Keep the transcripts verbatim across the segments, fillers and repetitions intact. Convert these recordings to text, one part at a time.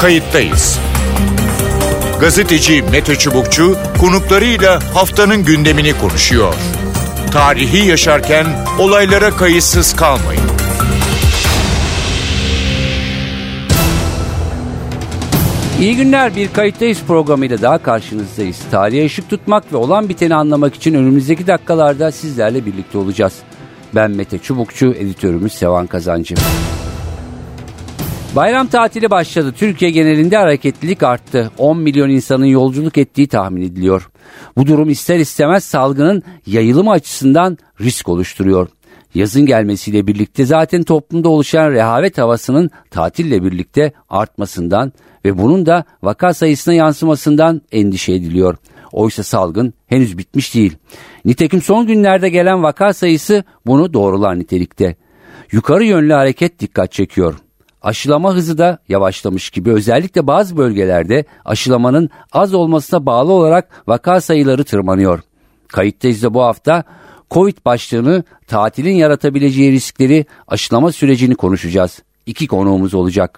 Kayıttayız. Gazeteci Mete Çubukçu konuklarıyla haftanın gündemini konuşuyor. Tarihi yaşarken olaylara kayıtsız kalmayın. İyi günler, bir Kayıttayız programıyla daha karşınızdayız. Tarihe ışık tutmak ve olan biteni anlamak için önümüzdeki dakikalarda sizlerle birlikte olacağız. Ben Mete Çubukçu, editörümüz Sevan Kazancı. Bayram tatili başladı. Türkiye genelinde hareketlilik arttı. on milyon insanın yolculuk ettiği tahmin ediliyor. Bu durum ister istemez salgının yayılımı açısından risk oluşturuyor. Yazın gelmesiyle birlikte zaten toplumda oluşan rehavet havasının tatille birlikte artmasından ve bunun da vaka sayısına yansımasından endişe ediliyor. Oysa salgın henüz bitmiş değil. Nitekim son günlerde gelen vaka sayısı bunu doğrular nitelikte. Yukarı yönlü hareket dikkat çekiyor. Aşılama hızı da yavaşlamış gibi, özellikle bazı bölgelerde aşılamanın az olmasına bağlı olarak vaka sayıları tırmanıyor. Kayıttayız da bu hafta Covid başlığını, tatilin yaratabileceği riskleri, aşılama sürecini konuşacağız. İki konuğumuz olacak.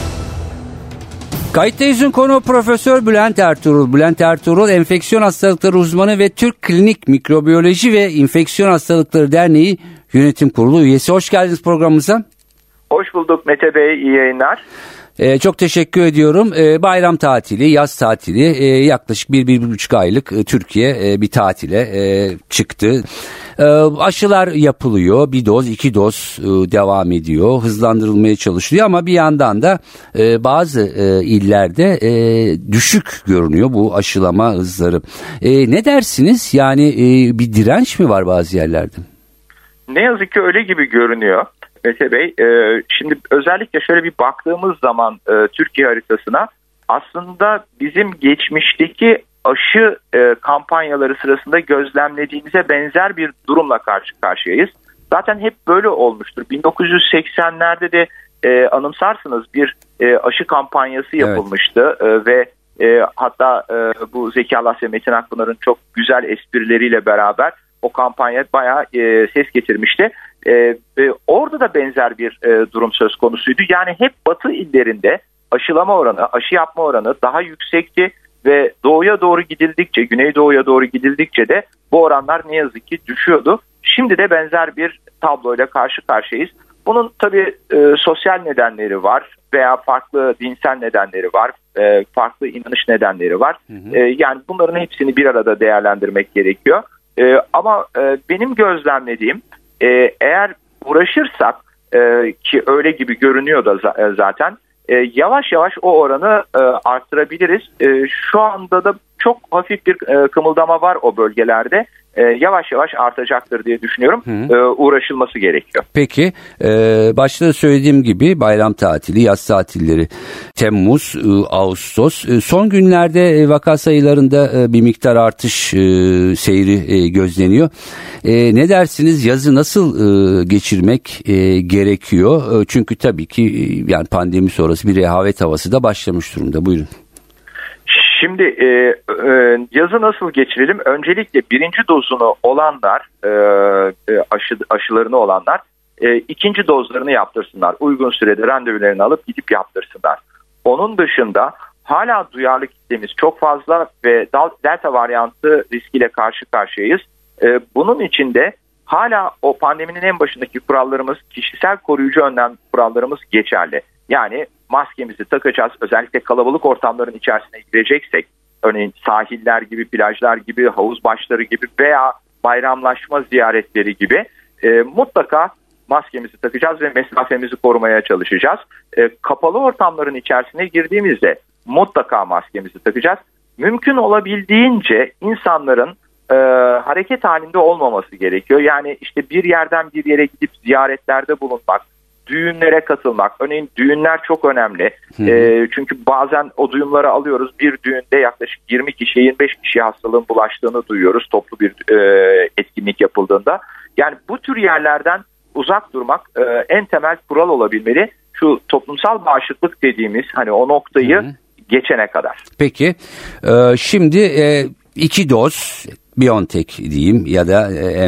Kayıttayız'ın konuğu Profesör Bülent Ertuğrul. Bülent Ertuğrul, enfeksiyon hastalıkları uzmanı ve Türk Klinik Mikrobiyoloji ve İnfeksiyon Hastalıkları Derneği Yönetim Kurulu üyesi. Hoş geldiniz programımıza. Hoş bulduk Mete Bey, iyi yayınlar. Ee, çok teşekkür ediyorum. Ee, bayram tatili, yaz tatili, e, yaklaşık bir, bir, bir buçuk aylık e, Türkiye e, bir tatile e, çıktı. E, aşılar yapılıyor, bir doz, iki doz e, devam ediyor, hızlandırılmaya çalışılıyor ama bir yandan da e, bazı e, illerde e, düşük görünüyor bu aşılama hızları. E, ne dersiniz? Yani e, bir direnç mi var bazı yerlerde? Ne yazık ki öyle gibi görünüyor Mete Bey. E, şimdi özellikle şöyle bir baktığımız zaman e, Türkiye haritasına, aslında bizim geçmişteki aşı e, kampanyaları sırasında gözlemlediğimize benzer bir durumla karşı karşıyayız. Zaten hep böyle olmuştur. bin dokuz yüz seksenlerde de e, anımsarsınız bir e, aşı kampanyası yapılmıştı. Evet. E, ve e, hatta e, bu Zeki Alasya, Metin Akpınar'ın çok güzel esprileriyle beraber o kampanya bayağı e, ses getirmişti. E, e, orada da benzer bir e, durum söz konusuydu. Yani hep Batı illerinde aşılama oranı, aşı yapma oranı daha yüksekti ve doğuya doğru gidildikçe, güneydoğuya doğru gidildikçe de bu oranlar ne yazık ki düşüyordu. Şimdi de benzer bir tabloyla karşı karşıyayız. Bunun tabii e, sosyal nedenleri var veya farklı dinsel nedenleri var, e, farklı inanış nedenleri var. Hı hı. E, yani bunların hepsini bir arada değerlendirmek gerekiyor. Ee, ama e, benim gözlemlediğim, e, eğer uğraşırsak e, ki öyle gibi görünüyor da za- zaten e, yavaş yavaş o oranı e, arttırabiliriz. E, şu anda da çok hafif bir e, kımıldama var o bölgelerde. E, yavaş yavaş artacaktır diye düşünüyorum. E, uğraşılması gerekiyor. Peki, e, başta da söylediğim gibi bayram tatili, yaz tatilleri, Temmuz, e, Ağustos. E, son günlerde e, vaka sayılarında e, bir miktar artış e, seyri e, gözleniyor. E, ne dersiniz, yazı nasıl e, geçirmek e, gerekiyor? E, çünkü tabii ki e, yani pandemi sonrası bir rehavet havası da başlamış durumda. Buyurun. Şimdi e, e, yazı nasıl geçirelim? Öncelikle birinci dozunu olanlar, e, aşı, aşılarını olanlar e, ikinci dozlarını yaptırsınlar. Uygun sürede randevularını alıp gidip yaptırsınlar. Onun dışında hala duyarlı kitlemiz çok fazla ve delta varyantı riskiyle karşı karşıyayız. E, bunun için de hala o pandeminin en başındaki kurallarımız, kişisel koruyucu önlem kurallarımız geçerli. Yani maskemizi takacağız. Özellikle kalabalık ortamların içerisine gireceksek, örneğin sahiller gibi, plajlar gibi, havuz başları gibi veya bayramlaşma ziyaretleri gibi e, mutlaka maskemizi takacağız ve mesafemizi korumaya çalışacağız. E, kapalı ortamların içerisine girdiğimizde mutlaka maskemizi takacağız. Mümkün olabildiğince insanların e, hareket halinde olmaması gerekiyor. Yani işte bir yerden bir yere gidip ziyaretlerde bulunmak, düğünlere katılmak. Örneğin düğünler çok önemli. E, çünkü bazen o duyumları alıyoruz. Bir düğünde yaklaşık yirmi kişiye, yirmi beş kişiye hastalığın bulaştığını duyuyoruz toplu bir e, etkinlik yapıldığında. Yani bu tür yerlerden uzak durmak e, en temel kural olabilmeli. Şu toplumsal bağışıklık dediğimiz hani o noktayı hı hı. geçene kadar. Peki e, şimdi e, iki doz BioNTech diyeyim ya da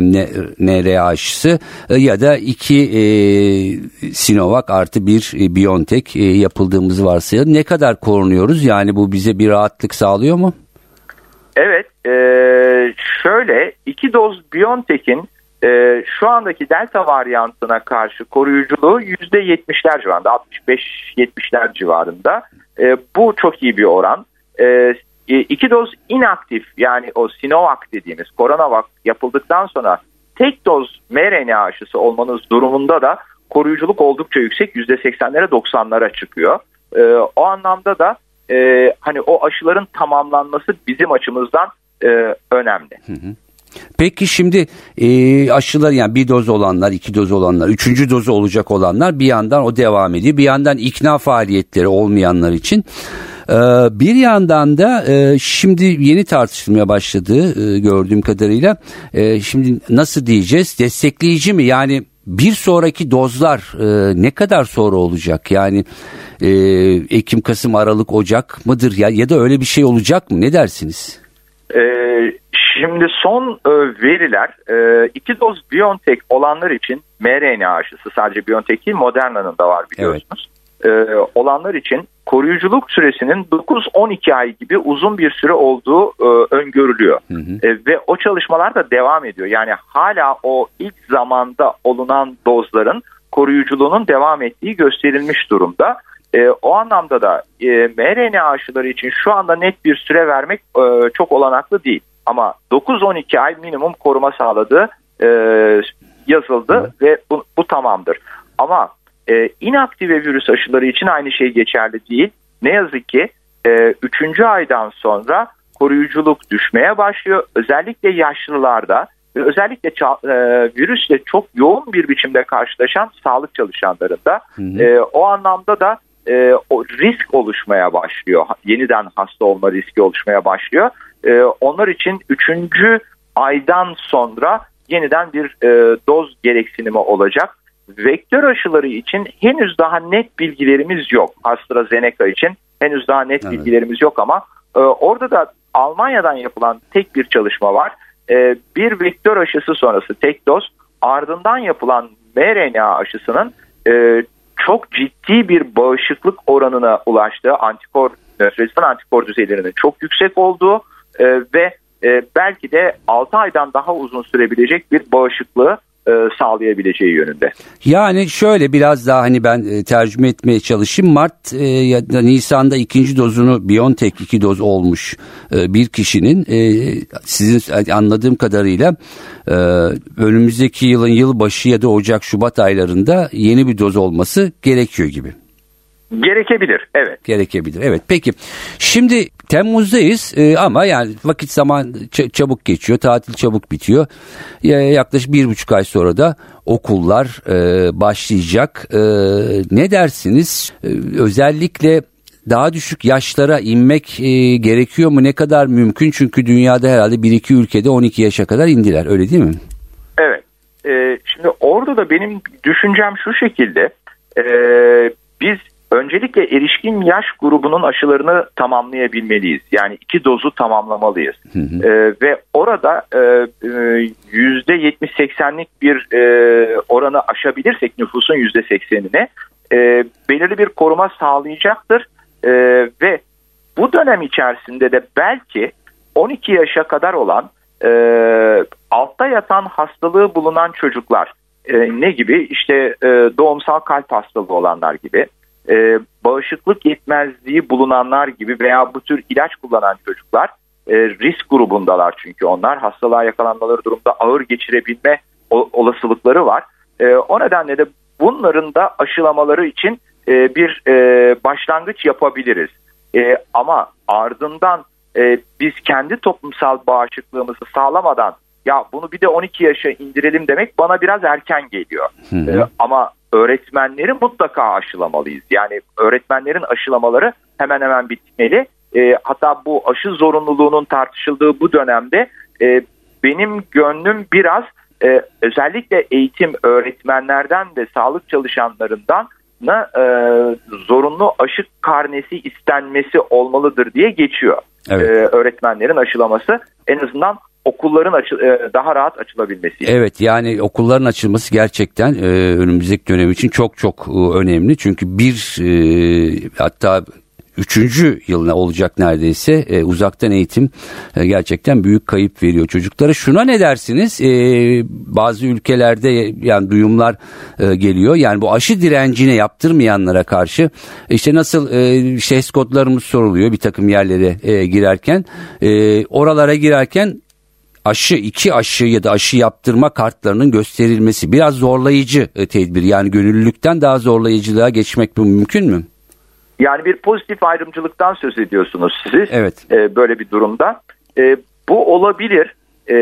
mRNA aşısı ya da iki e, Sinovac artı bir e, BioNTech e, yapıldığımızı varsayalım. Ne kadar korunuyoruz? Yani bu bize bir rahatlık sağlıyor mu? Evet, e, şöyle iki doz BioNTech'in e, şu andaki Delta varyantına karşı koruyuculuğu yüzde yetmişler civarında, altmış beş yetmişler civarında. E, bu çok iyi bir oran. E, iki doz inaktif, yani o Sinovac dediğimiz CoronaVac yapıldıktan sonra tek doz mRNA aşısı olmanız durumunda da koruyuculuk oldukça yüksek, yüzde seksenlere doksanlara çıkıyor. E, o anlamda da e, hani o aşıların tamamlanması bizim açımızdan e, önemli. Hı hı. Peki şimdi e, aşılar, yani bir doz olanlar, iki doz olanlar, üçüncü dozu olacak olanlar, bir yandan o devam ediyor. Bir yandan ikna faaliyetleri olmayanlar için. E, bir yandan da e, şimdi yeni tartışılmaya başladığı e, gördüğüm kadarıyla e, şimdi nasıl diyeceğiz, destekleyici mi? Yani bir sonraki dozlar e, ne kadar sonra olacak? Yani e, Ekim, Kasım, Aralık, Ocak mıdır ya, ya da öyle bir şey olacak mı? Ne dersiniz? Ee, şimdi son e, veriler e, iki doz BioNTech olanlar için mRNA aşısı, sadece BioNTech değil Moderna'nın da var biliyorsunuz. Evet. E, olanlar için koruyuculuk süresinin dokuz on iki ay gibi uzun bir süre olduğu e, öngörülüyor. Hı hı. E, ve o çalışmalar da devam ediyor. Yani hala o ilk zamanda olunan dozların koruyuculuğunun devam ettiği gösterilmiş durumda. E, o anlamda da e, mRNA aşıları için şu anda net bir süre vermek e, çok olanaklı değil. Ama dokuz on iki ay minimum koruma sağladığı e, yazıldı Hı. ve bu, bu tamamdır. Ama e, inaktive virüs aşıları için aynı şey geçerli değil. Ne yazık ki e, üçüncü aydan sonra koruyuculuk düşmeye başlıyor. Özellikle yaşlılarda ve özellikle ça- e, virüsle çok yoğun bir biçimde karşılaşan sağlık çalışanlarında e, o anlamda da E, o risk oluşmaya başlıyor. Yeniden hasta olma riski oluşmaya başlıyor. E, onlar için üçüncü aydan sonra yeniden bir e, doz gereksinimi olacak. Vektör aşıları için henüz daha net bilgilerimiz yok. AstraZeneca için henüz daha net evet. bilgilerimiz yok ama e, orada da Almanya'dan yapılan tek bir çalışma var. E, bir vektör aşısı sonrası tek doz, ardından yapılan mRNA aşısının e, çok ciddi bir bağışıklık oranına ulaştığı, antikor, nötralizan antikor düzeylerinin çok yüksek olduğu e, ve e, belki de altı aydan daha uzun sürebilecek bir bağışıklığı e, sağlayabileceği yönünde. Yani şöyle biraz daha hani ben e, tercüme etmeye çalışayım. Mart e, ya da Nisan'da ikinci dozunu BioNTech iki doz olmuş e, bir kişinin e, sizin anladığım kadarıyla e, önümüzdeki yılın yılbaşı ya da Ocak Şubat aylarında yeni bir doz olması gerekiyor gibi. Gerekebilir, evet. Gerekebilir, evet. Peki, şimdi Temmuz'dayız ee, ama yani vakit zaman ç- çabuk geçiyor, tatil çabuk bitiyor. Ya, yaklaşık bir buçuk ay sonra da okullar e, başlayacak. E, ne dersiniz? E, özellikle daha düşük yaşlara inmek e, gerekiyor mu? Ne kadar mümkün? Çünkü dünyada herhalde bir iki ülkede on iki yaşa kadar indiler, öyle değil mi? Evet. E, şimdi orada da benim düşüncem şu şekilde. E, biz öncelikle erişkin yaş grubunun aşılarını tamamlayabilmeliyiz. Yani iki dozu tamamlamalıyız. Hı hı. Ee, ve orada yüzde yetmiş seksenlik bir e, oranı aşabilirsek nüfusun yüzde seksenine e, belirli bir koruma sağlayacaktır. E, ve bu dönem içerisinde de belki on iki yaşa kadar olan e, altta yatan hastalığı bulunan çocuklar e, ne gibi? İşte e, doğumsal kalp hastalığı olanlar gibi, Ee, bağışıklık yetmezliği bulunanlar gibi veya bu tür ilaç kullanan çocuklar e, risk grubundalar, çünkü onlar hastalığa yakalanmaları durumda ağır geçirebilme o, olasılıkları var. E, o nedenle de bunların da aşılamaları için e, bir e, başlangıç yapabiliriz. E, ama ardından e, biz kendi toplumsal bağışıklığımızı sağlamadan ya bunu bir de on iki yaşa indirelim demek bana biraz erken geliyor. Hı hı. E, ama öğretmenleri mutlaka aşılamalıyız. Yani öğretmenlerin aşılamaları hemen hemen bitmeli. E, hatta bu aşı zorunluluğunun tartışıldığı bu dönemde e, benim gönlüm biraz e, özellikle eğitim öğretmenlerden ve sağlık çalışanlarından e, zorunlu aşı karnesi istenmesi olmalıdır diye geçiyor. Evet. e, öğretmenlerin aşılaması, en azından okulların açı, e, daha rahat açılabilmesi. Evet, yani okulların açılması gerçekten e, önümüzdeki dönem için çok çok e, önemli. Çünkü bir e, hatta üçüncü yılına olacak neredeyse e, uzaktan eğitim e, gerçekten büyük kayıp veriyor çocuklara. Şuna ne dersiniz? E, bazı ülkelerde yani duyumlar e, geliyor. Yani bu aşı direncine yaptırmayanlara karşı işte nasıl e, şehs kodlarımız soruluyor bir takım yerlere e, girerken. E, oralara girerken aşı iki aşı ya da aşı yaptırma kartlarının gösterilmesi biraz zorlayıcı e, tedbir. Yani gönüllülükten daha zorlayıcılığa geçmek bu mümkün mü? Yani bir pozitif ayrımcılıktan söz ediyorsunuz siz. Evet. E, böyle bir durumda. E, bu olabilir. E,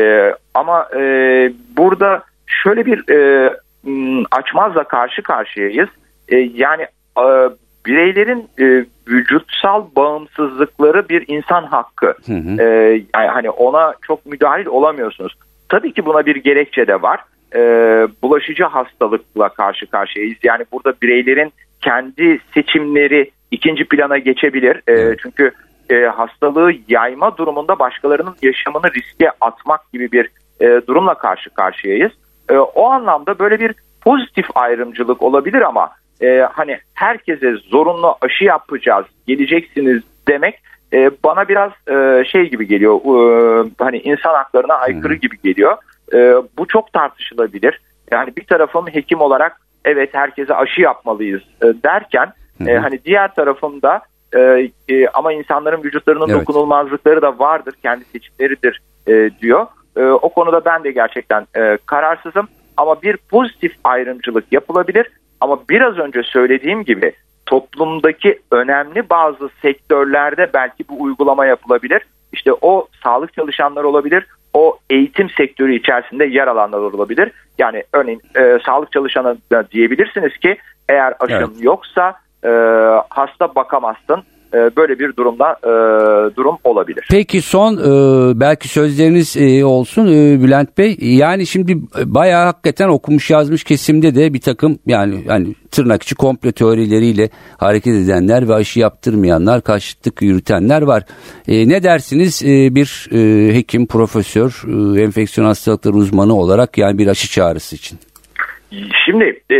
ama e, burada şöyle bir e, açmazla karşı karşıyayız. E, yani e, bireylerin e, vücutsal bağımsızlıkları bir insan hakkı. Hı hı. E, yani hani ona çok müdahil olamıyorsunuz. Tabii ki buna bir gerekçe de var. E, bulaşıcı hastalıkla karşı karşıyayız. Yani burada bireylerin kendi seçimleri ikinci plana geçebilir. E, çünkü e, hastalığı yayma durumunda başkalarının yaşamını riske atmak gibi bir e, durumla karşı karşıyayız. E, o anlamda böyle bir pozitif ayrımcılık olabilir ama e, hani herkese zorunlu aşı yapacağız, geleceksiniz demek e, bana biraz e, şey gibi geliyor. E, hani insan haklarına aykırı gibi geliyor. E, bu çok tartışılabilir. Yani bir tarafım hekim olarak evet herkese aşı yapmalıyız e, derken e, hani diğer tarafımda e, e, ama insanların vücutlarının evet. dokunulmazlıkları da vardır, kendi seçimleridir e, diyor. E, o konuda ben de gerçekten e, kararsızım ama bir pozitif ayrımcılık yapılabilir ama biraz önce söylediğim gibi toplumdaki önemli bazı sektörlerde belki bu uygulama yapılabilir. İşte o sağlık çalışanları olabilir, o eğitim sektörü içerisinde yer alanlar olabilir. Yani örneğin e, sağlık çalışanı da diyebilirsiniz ki eğer aşın evet. yoksa e, hasta bakamazsın. E, böyle bir durumda e, durum olabilir. Peki son e, belki sözleriniz e, olsun e, Bülent Bey. Yani şimdi bayağı hakikaten okumuş yazmış kesimde de bir takım yani yani tırnak içi komplo teorileriyle hareket edenler ve aşı yaptırmayanlar, karşıtlık yürütenler var. E, ne dersiniz e, bir e, hekim, profesör, e, enfeksiyon hastalıkları uzmanı olarak yani bir aşı çağrısı için? Şimdi e,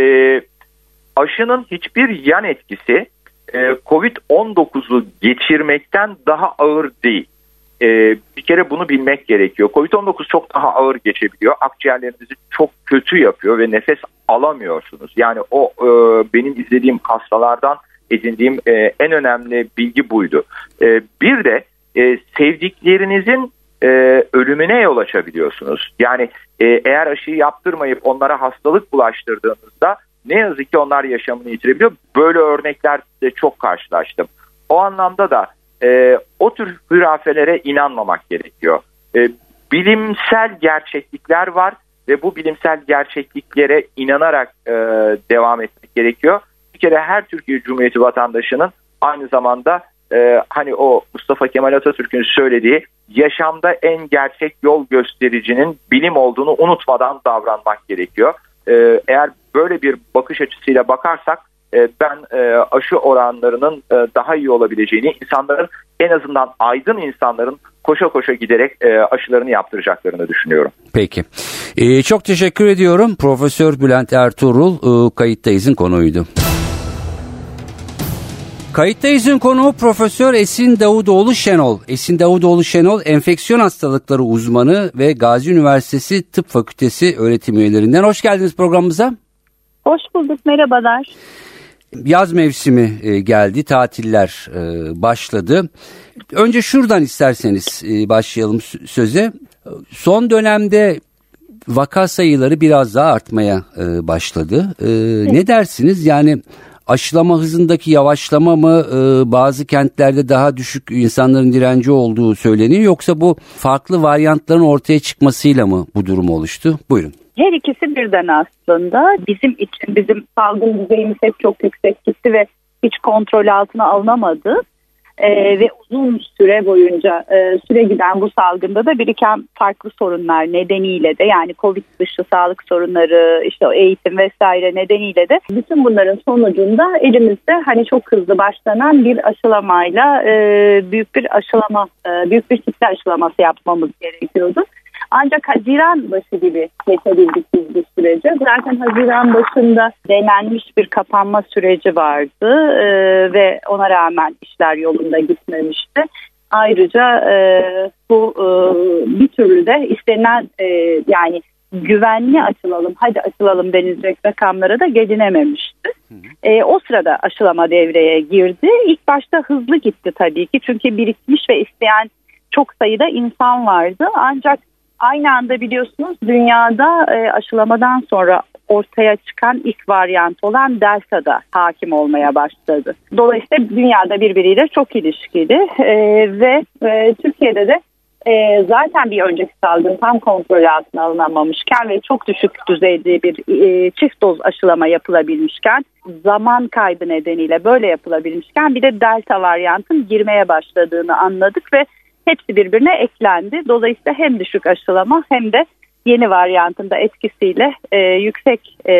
aşının hiçbir yan etkisi kovid on dokuzu geçirmekten daha ağır değil. Bir kere bunu bilmek gerekiyor. kovid on dokuz çok daha ağır geçebiliyor. Akciğerlerinizi çok kötü yapıyor ve nefes alamıyorsunuz. Yani o benim izlediğim hastalardan edindiğim en önemli bilgi buydu. Bir de sevdiklerinizin ölümüne yol açabiliyorsunuz. Yani eğer aşıyı yaptırmayıp onlara hastalık bulaştırdığınızda ne yazık ki onlar yaşamını yitirebiliyor. Böyle örneklerle çok karşılaştım. O anlamda da e, o tür hürafelere inanmamak gerekiyor. E, bilimsel gerçeklikler var ve bu bilimsel gerçekliklere inanarak e, devam etmek gerekiyor. Bir kere her Türkiye Cumhuriyeti vatandaşının aynı zamanda e, hani o Mustafa Kemal Atatürk'ün söylediği yaşamda en gerçek yol göstericinin bilim olduğunu unutmadan davranmak gerekiyor. E, eğer böyle bir bakış açısıyla bakarsak e, ben e, aşı oranlarının e, daha iyi olabileceğini, insanların en azından aydın insanların koşa koşa giderek e, aşılarını yaptıracaklarını düşünüyorum. Peki. Ee, çok teşekkür ediyorum. Profesör Bülent Ertuğrul e, Kayıttayız'ın konuğuydu. Kayıttayız'ın konuğu Profesör Esin Davutoğlu Şenol. Esin Davutoğlu Şenol enfeksiyon hastalıkları uzmanı ve Gazi Üniversitesi Tıp Fakültesi öğretim üyelerinden. Hoş geldiniz programımıza. Hoş bulduk, merhabalar. Yaz mevsimi geldi, tatiller başladı. Önce şuradan isterseniz başlayalım söze. Son dönemde vaka sayıları biraz daha artmaya başladı. Ne dersiniz? Yani aşılama hızındaki yavaşlama mı, bazı kentlerde daha düşük insanların direnci olduğu söyleniyor, yoksa bu farklı varyantların ortaya çıkmasıyla mı bu durum oluştu? Buyurun. Her ikisi birden aslında. Bizim için bizim salgın düzeyimiz hep çok yüksek gitti ve hiç kontrol altına alınamadı. Ee, ve uzun süre boyunca e, süre giden bu salgında da biriken farklı sorunlar nedeniyle de, yani Covid dışı sağlık sorunları, işte o eğitim vesaire nedeniyle de bütün bunların sonucunda elimizde hani çok hızlı başlanan bir aşılamayla e, büyük bir aşılama, e, büyük bir kitle aşılaması yapmamız gerekiyordu. Ancak Haziran başı gibi geçebildik biz bu sürece. Zaten Haziran başında denenmiş bir kapanma süreci vardı e, ve ona rağmen işler yolunda gitmemişti. Ayrıca e, bu e, bir türlü de istenen e, yani güvenli açılalım, hadi açılalım denilecek rakamlara da gelinememişti. E, o sırada aşılama devreye girdi. İlk başta hızlı gitti tabii ki, çünkü birikmiş ve isteyen çok sayıda insan vardı. Ancak aynı anda biliyorsunuz dünyada e, aşılamadan sonra ortaya çıkan ilk varyant olan Delta da hakim olmaya başladı. Dolayısıyla dünyada birbiriyle çok ilişkili e, ve e, Türkiye'de de e, zaten bir önceki salgın tam kontrol altına alınamamışken ve çok düşük düzeyde bir e, çift doz aşılama yapılabilmişken, zaman kaybı nedeniyle böyle yapılabilmişken bir de Delta varyantın girmeye başladığını anladık ve hepsi birbirine eklendi. Dolayısıyla hem düşük aşılama hem de yeni varyantında etkisiyle e, yüksek e,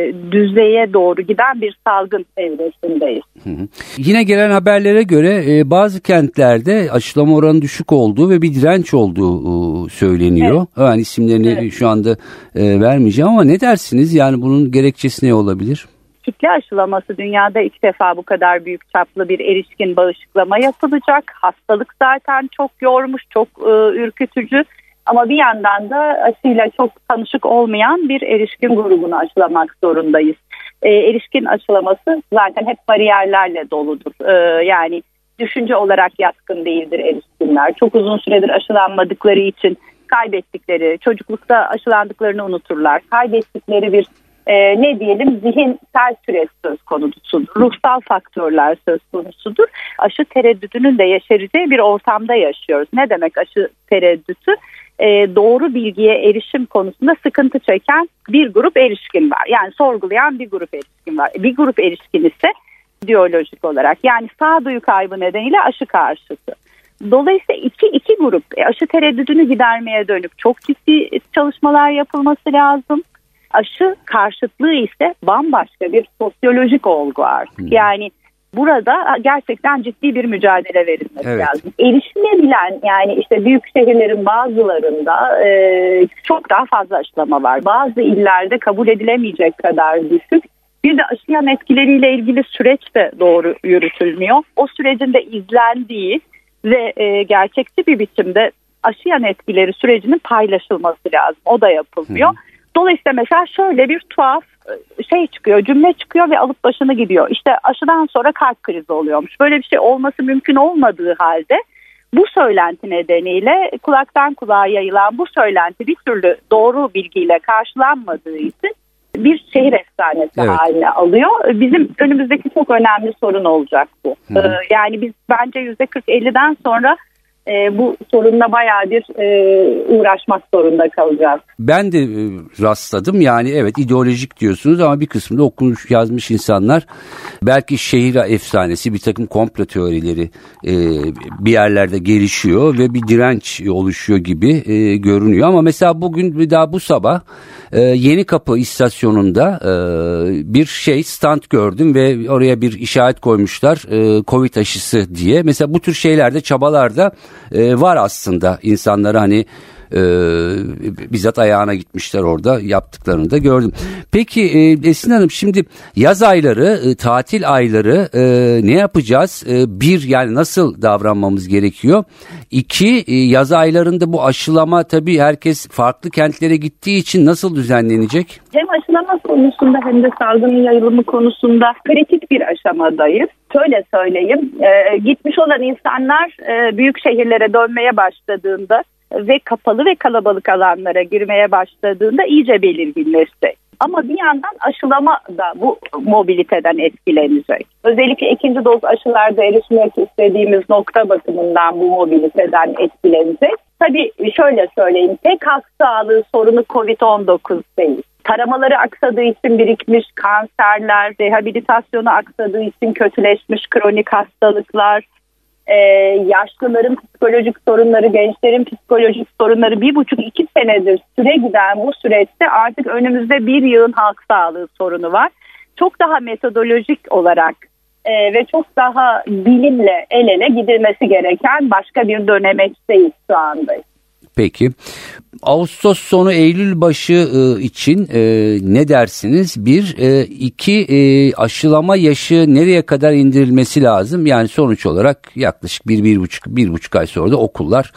düzeye doğru giden bir salgın evresindeyiz. Hı hı. Yine gelen haberlere göre e, bazı kentlerde aşılama oranı düşük olduğu ve bir direnç olduğu e, söyleniyor. Evet. Yani isimlerini evet. şu anda e, vermeyeceğim ama ne dersiniz? Yani bunun gerekçesi ne olabilir? Kitle aşılaması dünyada ilk defa bu kadar büyük çaplı bir erişkin bağışıklama yapılacak. Hastalık zaten çok yormuş, çok e, ürkütücü. Ama bir yandan da aşıyla çok tanışık olmayan bir erişkin grubunu aşılamak zorundayız. E, erişkin aşılaması zaten hep bariyerlerle doludur. E, yani düşünce olarak yatkın değildir erişkinler. Çok uzun süredir aşılanmadıkları için kaybettikleri, çocuklukta aşılandıklarını unuturlar. Kaybettikleri bir e, ne diyelim zihinsel süreç söz konusudur. Ruhsal faktörler söz konusudur. Aşı tereddütünün de yeşereceği bir ortamda yaşıyoruz. Ne demek aşı tereddütü? E, doğru bilgiye erişim konusunda sıkıntı çeken bir grup erişkin var. Yani sorgulayan bir grup erişkin var. Bir grup erişkin ise ideolojik olarak, yani sağduyu kaybı nedeniyle aşı karşıtı. Dolayısıyla iki, iki grup e, aşı tereddüdünü gidermeye dönük çok ciddi çalışmalar yapılması lazım. Aşı karşıtlığı ise bambaşka bir sosyolojik olgu artık. Hmm. Yani burada gerçekten ciddi bir mücadele verilmesi evet. lazım. Erişilebilen, yani işte büyük şehirlerin bazılarında e, çok daha fazla aşılama var. Bazı illerde kabul edilemeyecek kadar düşük. Bir de aşı yan etkileriyle ilgili süreç de doğru yürütülmüyor. O sürecin de izlendiği ve e, gerçekçi bir biçimde aşı yan etkileri sürecinin paylaşılması lazım. O da yapılmıyor. Hı. Dolayısıyla mesela şöyle bir tuhaf şey çıkıyor, cümle çıkıyor ve alıp başını gidiyor. İşte aşıdan sonra kalp krizi oluyormuş. Böyle bir şey olması mümkün olmadığı halde bu söylenti nedeniyle kulaktan kulağa yayılan bu söylenti bir türlü doğru bilgiyle karşılanmadığı için bir şehir efsanesi evet. haline alıyor. Bizim önümüzdeki çok önemli sorun olacak bu. Hı. Yani biz bence yüzde kırk elliden sonra E, bu sorunla bayağı bir e, uğraşmak zorunda kalacağız. Ben de e, rastladım, yani evet ideolojik diyorsunuz ama bir kısmında okumuş yazmış insanlar belki şehir efsanesi, bir takım komplo teorileri e, bir yerlerde gelişiyor ve bir direnç oluşuyor gibi e, görünüyor. Ama mesela bugün bir daha bu sabah e, Yenikapı istasyonunda e, bir şey stand gördüm ve oraya bir işaret koymuşlar e, Covid aşısı diye. Mesela bu tür şeylerde, çabalarda e, var aslında. İnsanları hani e, bizzat ayağına gitmişler, orada yaptıklarını da gördüm. Peki e, Esin Hanım, şimdi yaz ayları, e, tatil ayları e, ne yapacağız? E, bir, yani nasıl davranmamız gerekiyor? İki, e, yaz aylarında bu aşılama tabii herkes farklı kentlere gittiği için nasıl düzenlenecek? Hem aşılama konusunda hem de salgının yayılımı konusunda kritik bir aşamadayız. Şöyle söyleyeyim, e, gitmiş olan insanlar e, büyük şehirlere dönmeye başladığında ve kapalı ve kalabalık alanlara girmeye başladığında iyice belirginleşecek. Ama bir yandan aşılama da bu mobiliteden etkilenecek. Özellikle ikinci doz aşılarda erişmek istediğimiz nokta bakımından bu mobiliteden etkilenecek. Tabii şöyle söyleyeyim, tek halk sağlığı sorunu kovid on dokuz değil. Taramaları aksadığı için birikmiş kanserler, rehabilitasyonu aksadığı için kötüleşmiş kronik hastalıklar, Ee, yaşlıların psikolojik sorunları, gençlerin psikolojik sorunları bir buçuk iki senedir süre giden bu süreçte artık önümüzde bir yığın halk sağlığı sorunu var. Çok daha metodolojik olarak e, ve çok daha bilimle el ele gidilmesi gereken başka bir dönemeçteyiz şu andayız. Peki. Ağustos sonu Eylül başı e, için e, ne dersiniz? Bir, e, iki e, aşılama yaşı nereye kadar indirilmesi lazım? Yani sonuç olarak yaklaşık bir, bir buçuk, bir buçuk ay sonra da okullar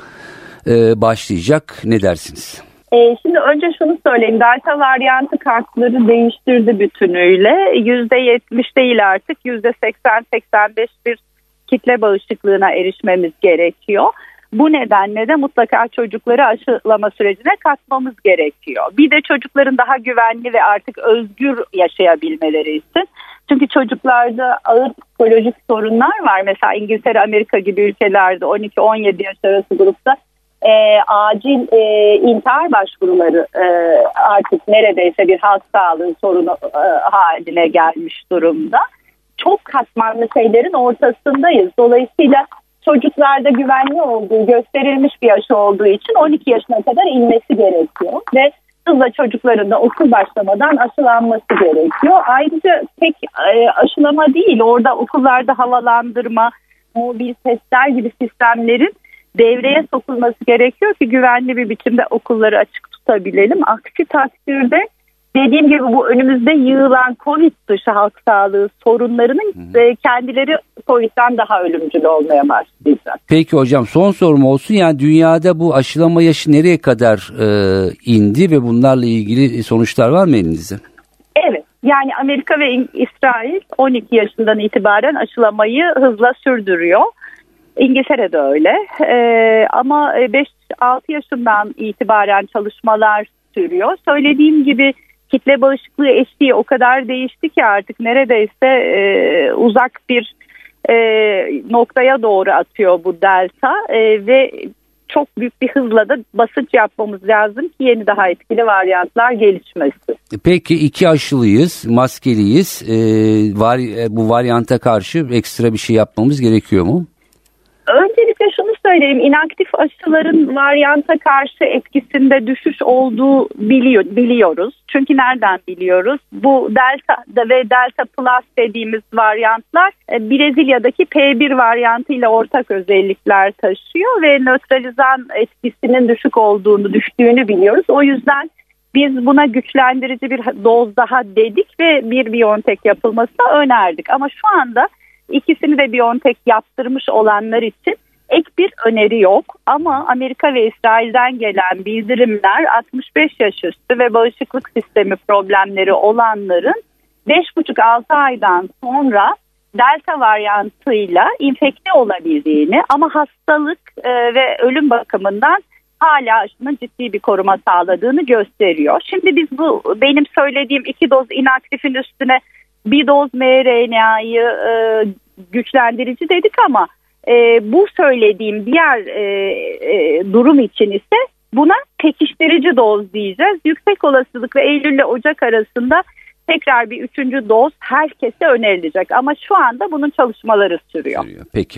e, başlayacak. Ne dersiniz? E, şimdi önce şunu söyleyeyim. Delta varyantı kartları değiştirdi bütünüyle. yüzde yetmiş değil artık yüzde seksen seksen beş bir kitle bağışıklığına erişmemiz gerekiyor. Bu nedenle de mutlaka çocukları aşılama sürecine katmamız gerekiyor. Bir de çocukların daha güvenli ve artık özgür yaşayabilmeleri için. Çünkü çocuklarda ağır psikolojik sorunlar var. Mesela İngiltere, Amerika gibi ülkelerde on iki on yedi yaş arası grupta e, acil e, intihar başvuruları e, artık neredeyse bir halk sağlığı sorunu e, haline gelmiş durumda. Çok katmanlı şeylerin ortasındayız. Dolayısıyla çocuklarda güvenli olduğu gösterilmiş bir aşı olduğu için on iki yaşına kadar inmesi gerekiyor ve hızla çocukların da okul başlamadan aşılanması gerekiyor. Ayrıca tek e, aşılama değil, orada okullarda havalandırma, mobil testler gibi sistemlerin devreye sokulması gerekiyor ki güvenli bir biçimde okulları açık tutabilelim. Aksi takdirde dediğim gibi bu önümüzde yığılan Covid dışı halk sağlığı sorunlarının e, kendileri Covid'den daha ölümcül olmaya başlayacak. Peki hocam, son sorum olsun. Yani dünyada bu aşılama yaşı nereye kadar e, indi ve bunlarla ilgili sonuçlar var mı elinizde? Evet. Yani Amerika ve İsrail on iki yaşından itibaren aşılamayı hızla sürdürüyor. İngiltere de öyle. E, ama beş altı yaşından itibaren çalışmalar sürüyor. Söylediğim gibi kitle bağışıklığı eşiği o kadar değişti ki artık neredeyse e, uzak bir e, noktaya doğru atıyor bu delta e, ve çok büyük bir hızla da basınç yapmamız lazım ki yeni daha etkili varyantlar gelişmesin. Peki iki aşılıyız, maskeliyiz. E, var, bu varyanta karşı ekstra bir şey yapmamız gerekiyor mu? Öncelikle şunu söyleyeyim, inaktif aşıların varyanta karşı etkisinde düşüş olduğu biliyor, biliyoruz. Çünkü nereden biliyoruz? Bu delta ve delta plus dediğimiz varyantlar Brezilya'daki P bir varyantıyla ortak özellikler taşıyor ve nötralizan etkisinin düşük olduğunu, düştüğünü biliyoruz. O yüzden biz buna güçlendirici bir doz daha dedik ve bir BioNTech yapılmasını önerdik. Ama şu anda İkisini de BioNTech yaptırmış olanlar için ek bir öneri yok. Ama Amerika ve İsrail'den gelen bildirimler altmış beş yaş üstü ve bağışıklık sistemi problemleri olanların beş buçuk altı aydan sonra delta varyantıyla infekte olabildiğini ama hastalık e, ve ölüm bakımından hala aşının ciddi bir koruma sağladığını gösteriyor. Şimdi biz bu benim söylediğim iki doz inaktifin üstüne bir doz mRNA'yı e, güçlendirici dedik ama e, bu söylediğim diğer e, e, durum için ise buna pekiştirici doz diyeceğiz. Yüksek olasılıkla Eylül ile Ocak arasında tekrar bir üçüncü doz herkese önerilecek ama şu anda bunun çalışmaları sürüyor. Peki.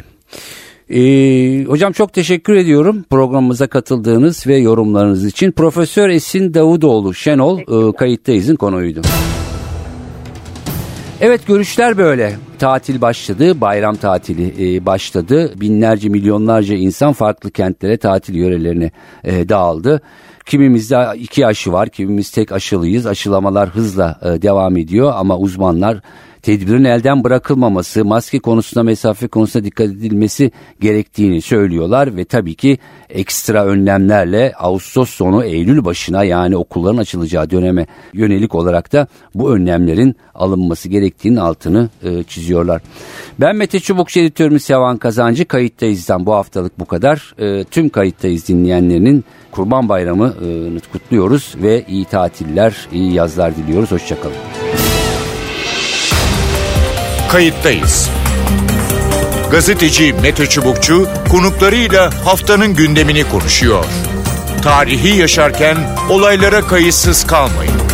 Ee, hocam çok teşekkür ediyorum programımıza katıldığınız ve yorumlarınız için. Profesör Esin Davutoğlu Şenol e, kayıttayız'ın konuğuydu. Evet, görüşler böyle. Tatil başladı, bayram tatili e, başladı. Binlerce, milyonlarca insan farklı kentlere, tatil yörelerine e, dağıldı. Kimimizde iki aşı var, kimimiz tek aşılıyız. Aşılamalar hızla e, devam ediyor ama uzmanlar tedbirin elden bırakılmaması, maske konusunda, mesafe konusunda dikkat edilmesi gerektiğini söylüyorlar ve tabii ki ekstra önlemlerle Ağustos sonu Eylül başına, yani okulların açılacağı döneme yönelik olarak da bu önlemlerin alınması gerektiğinin altını e, çiziyorlar. Ben Mete Çubukçu, editörümüz Sevan Kazancı. Kayıttayız'dan bu haftalık bu kadar. E, tüm Kayıttayız dinleyenlerinin Kurban Bayramı'nı kutluyoruz ve iyi tatiller, iyi yazlar diliyoruz. Hoşçakalın. Kayıttayız. Gazeteci Mete Çubukçu konuklarıyla haftanın gündemini konuşuyor. Tarihi yaşarken olaylara kayıtsız kalmayın.